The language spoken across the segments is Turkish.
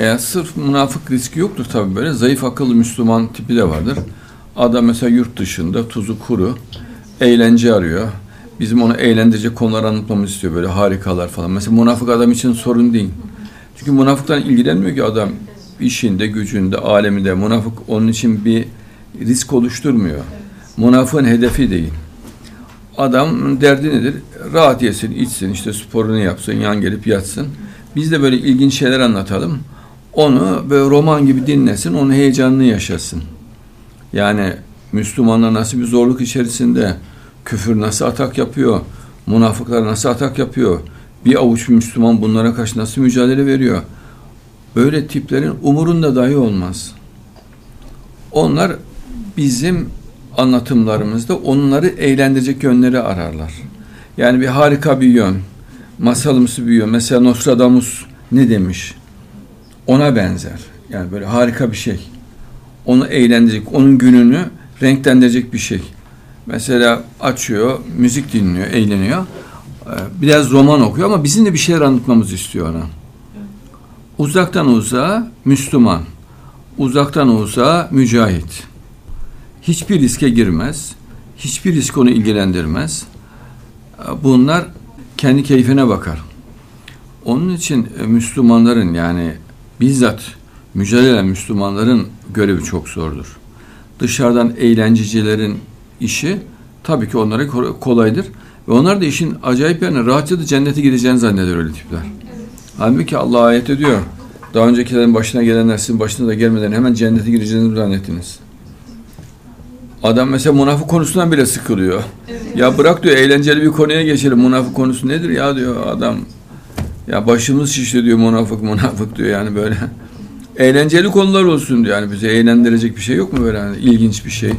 Sırf münafık riski yoktur tabii böyle. Zayıf akıllı Müslüman tipi de vardır. Adam mesela yurt dışında tuzu kuru, eğlence arıyor. Bizim onu eğlendirecek konular anlatmamız istiyor, böyle harikalar falan. Mesela münafık adam için sorun değil. Çünkü münafıktan ilgilenmiyor ki adam, işinde, gücünde, aleminde. Münafık onun için bir risk oluşturmuyor. Münafığın hedefi değil. Adam derdi nedir? Rahat yesin, içsin, işte sporunu yapsın, yan gelip yatsın. Biz de böyle ilginç şeyler anlatalım. Onu böyle roman gibi dinlesin, onun heyecanını yaşasın. Yani Müslümanlar nasıl bir zorluk içerisinde, küfür nasıl atak yapıyor, münafıklar nasıl atak yapıyor, bir avuç Müslüman bunlara karşı nasıl mücadele veriyor. Böyle tiplerin umurunda dahi olmaz. Onlar bizim anlatımlarımızda onları eğlendirecek yönleri ararlar. Yani bir harika bir yön, masalımsı bir yön. Mesela Nostradamus ne demiş? Ona benzer. Yani böyle harika bir şey. Onu eğlendirecek, onun gününü renklendirecek bir şey. Mesela açıyor, müzik dinliyor, eğleniyor. Biraz roman okuyor ama bizim de bir şeyler anlatmamızı istiyor ona. Uzaktan uzağa Müslüman, uzaktan uzağa mücahit. Hiçbir riske girmez, hiçbir risk onu ilgilendirmez. Bunlar kendi keyfine bakar. Onun için Müslümanların, yani bizzat mücadele eden Müslümanların görevi çok zordur. Dışarıdan eğlencecilerin işi tabii ki onlara kolaydır. Ve onlar da işin acayip yerine rahatça da cennete gideceğini zanneder öyle tipler. Halbuki Allah ayet ediyor. Daha öncekilerin başına gelenler sizin başına da gelmeden hemen cennete gireceğinizi zannettiniz. Adam mesela münafık konusundan bile sıkılıyor. Evet. Ya bırak diyor, eğlenceli bir konuya geçelim. Münafık konusu nedir ya diyor adam. Ya başımız şişti diyor, münafık diyor, yani böyle. Eğlenceli konular olsun diyor. Yani bize eğlendirecek bir şey yok mu böyle, yani ilginç bir şey?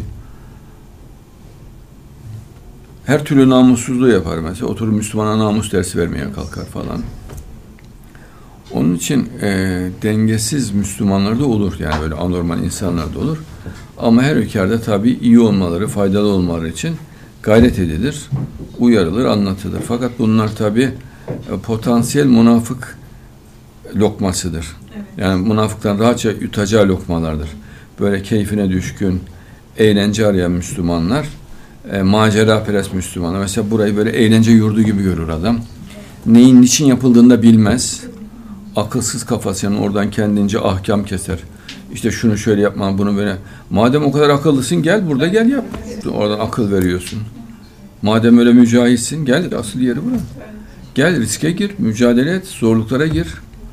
Her türlü namussuzluğu yapar mesela. Oturur Müslümana namus dersi vermeye kalkar falan. Onun için dengesiz Müslümanlar da olur. Yani böyle anormal insanlar da olur. Ama her ülkede tabii iyi olmaları, faydalı olmaları için gayret edilir, uyarılır, anlatılır. Fakat bunlar tabii potansiyel münafık lokmasıdır. Evet. Yani münafıktan rahatça yutacağı lokmalardır. Böyle keyfine düşkün, eğlence arayan Müslümanlar, maceraperest Müslümanlar. Mesela burayı böyle eğlence yurdu gibi görür adam. Neyin niçin yapıldığını da bilmez. Akılsız kafası, yani oradan kendince ahkam keser. İşte şunu şöyle yapma, bunu böyle. Madem o kadar akıllısın, gel burada gel yap. Oradan akıl veriyorsun. Madem öyle mücahitsin, gel asıl yeri bura. Gel riske gir, mücadele et, zorluklara gir.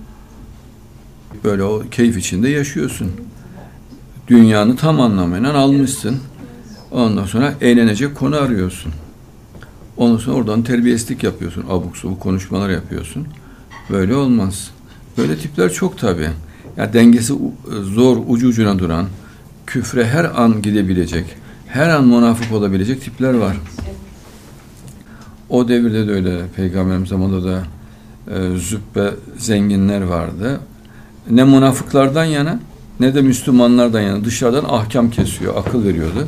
Böyle o keyif içinde yaşıyorsun. Dünyanı tam anlamıyla almışsın. Ondan sonra eğlenecek konu arıyorsun. Ondan sonra oradan terbiyesizlik yapıyorsun. Abuk sabuk konuşmalar yapıyorsun. Böyle olmaz. Böyle tipler çok tabii. Ya dengesi zor, ucu ucuna duran, küfre her an gidebilecek, her an münafık olabilecek tipler var. O devirde de öyle, Peygamberimiz zamanında da züppe zenginler vardı. Ne münafıklardan yana ne de Müslümanlardan yana dışarıdan ahkam kesiyor, akıl veriyordu.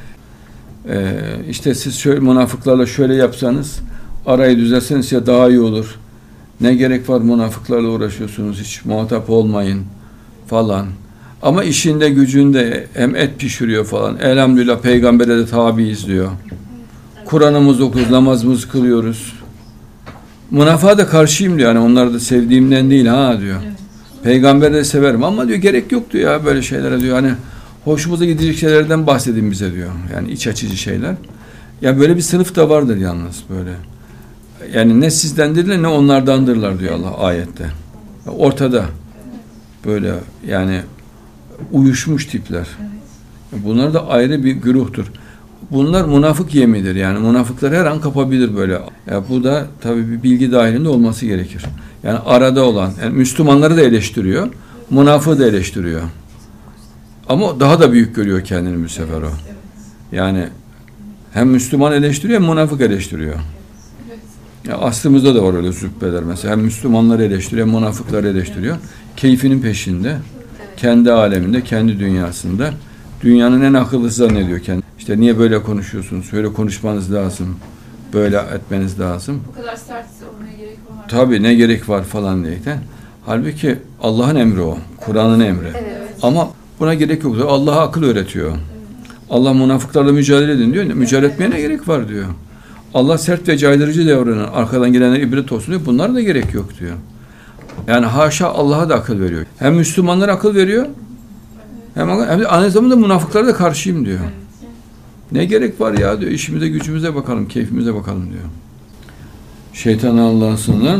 İşte siz şöyle münafıklarla şöyle yapsanız, arayı düzelseniz ya daha iyi olur. Ne gerek var münafıklarla uğraşıyorsunuz, hiç muhatap olmayın falan. Ama işinde gücünde hem et pişiriyor falan. Elhamdülillah peygambere de tabiiz diyor. Kur'an'ımızı okuyoruz, namazımızı kılıyoruz. Münafığa da karşıyım diyor. Yani onları da sevdiğimden değil ha diyor. Peygamberi de severim ama diyor gerek yok diyor ya böyle şeylere diyor. Hani hoşumuza gidecek şeylerden bahsedin bize diyor. Yani iç açıcı şeyler. Yani böyle bir sınıf da vardır yalnız böyle. Yani ne sizdendirler ne onlardandırlar diyor Allah ayette. Ortada böyle yani uyuşmuş tipler. Bunlar da ayrı bir güruhtur. Bunlar münafık yemidir. Yani münafıklar her an kapabilir böyle. Ya bu da tabii bir bilgi dahilinde olması gerekir. Yani arada olan, yani Müslümanları da eleştiriyor, münafığı da eleştiriyor. Ama daha da büyük görüyor kendini bu sefer o. Yani hem Müslüman eleştiriyor hem münafık eleştiriyor. Ya aslımızda da var öyle zübbeler mesela. Hem Müslümanları eleştiriyor hem münafıkları eleştiriyor. Keyfinin peşinde, kendi aleminde, kendi dünyasında. Dünyanın en akıllısı zannediyor kendini. İşte niye böyle konuşuyorsunuz? Şöyle konuşmanız lazım. Böyle etmeniz lazım. Bu kadar sert olmaya gerek var. Tabii ne gerek var falan diye. Halbuki Allah'ın emri o. Kur'an'ın emri. Evet. Ama buna gerek yok. Allah'a akıl öğretiyor. Allah münafıklarla mücadele edin diyor. Mücadele etmeye ne gerek var diyor. Allah sert ve caydırıcı davranan, arkadan gelenler ibret olsun diyor. Bunlara da gerek yok diyor. Yani haşa Allah'a da akıl veriyor. Hem Müslümanlara akıl veriyor, hem de aynı zamanda münafıklara da karşıyım diyor. Ne gerek var ya diyor. İşimize gücümüze bakalım, keyfimize bakalım diyor. Şeytan Allah'ın sınırından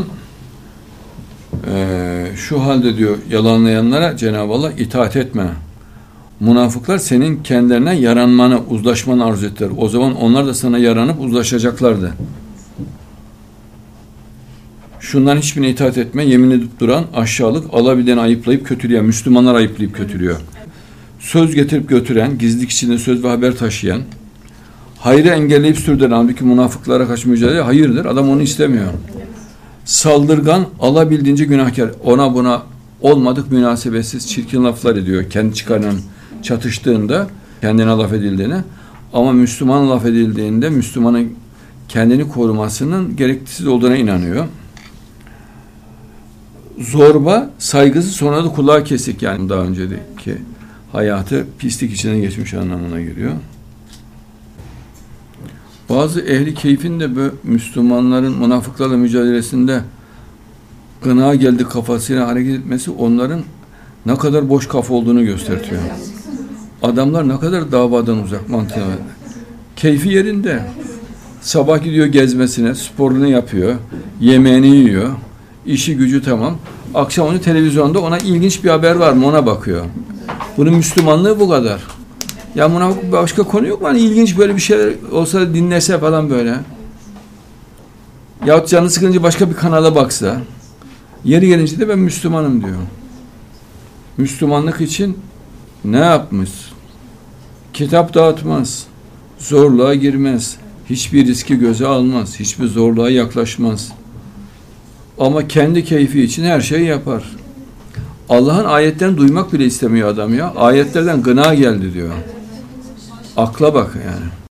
şu halde diyor yalanlayanlara Cenab-ı Allah itaat etme. Münafıklar senin kendilerine yaranmanı, uzlaşmanı arzu ettiler. O zaman onlar da sana yaranıp uzlaşacaklardı. Şundan hiçbirine itaat etme, yemin edip duran, aşağılık, alabildiğini ayıplayıp kötüleyen, Müslümanlar ayıplayıp kötülüyor. Söz getirip götüren, gizlilik içinde söz ve haber taşıyan, hayrı engelleyip sürdüren, halbuki münafıklara karşı mücadele hayırdır, adam onu istemiyor. Saldırgan, alabildiğince günahkar, ona buna olmadık münasebetsiz çirkin laflar ediyor. Kendi çıkarının çatıştığında, kendine laf edildiğine, ama Müslüman laf edildiğinde Müslümanın kendini korumasının gereksiz olduğuna inanıyor. Zorba, saygısız, sonra da kulağı kesik, yani daha önceki hayatı pislik içine geçmiş anlamına geliyor. Bazı ehli keyfin de böyle Müslümanların münafıklarla mücadelesinde gına geldi kafasıyla hareket etmesi onların ne kadar boş kafa olduğunu gösteriyor. Adamlar ne kadar davadan uzak mantığı. Keyfi yerinde. Sabah gidiyor gezmesine, sporunu yapıyor, yemeğini yiyor, işi gücü tamam. Akşam onu televizyonda ona ilginç bir haber var mı ona bakıyor. Bunun Müslümanlığı bu kadar. Ya buna başka konu yok mu? Hani ilginç böyle bir şeyler olsa dinlese falan böyle. Yahut canı sıkınca başka bir kanala baksa. Yeri gelince de ben Müslümanım diyor. Müslümanlık için ne yapmış? Kitap dağıtmaz. Zorluğa girmez. Hiçbir riski göze almaz. Hiçbir zorluğa yaklaşmaz. Ama kendi keyfi için her şeyi yapar. Allah'ın ayetlerini duymak bile istemiyor adam ya. Ayetlerden gına geldi diyor. Akla bak yani.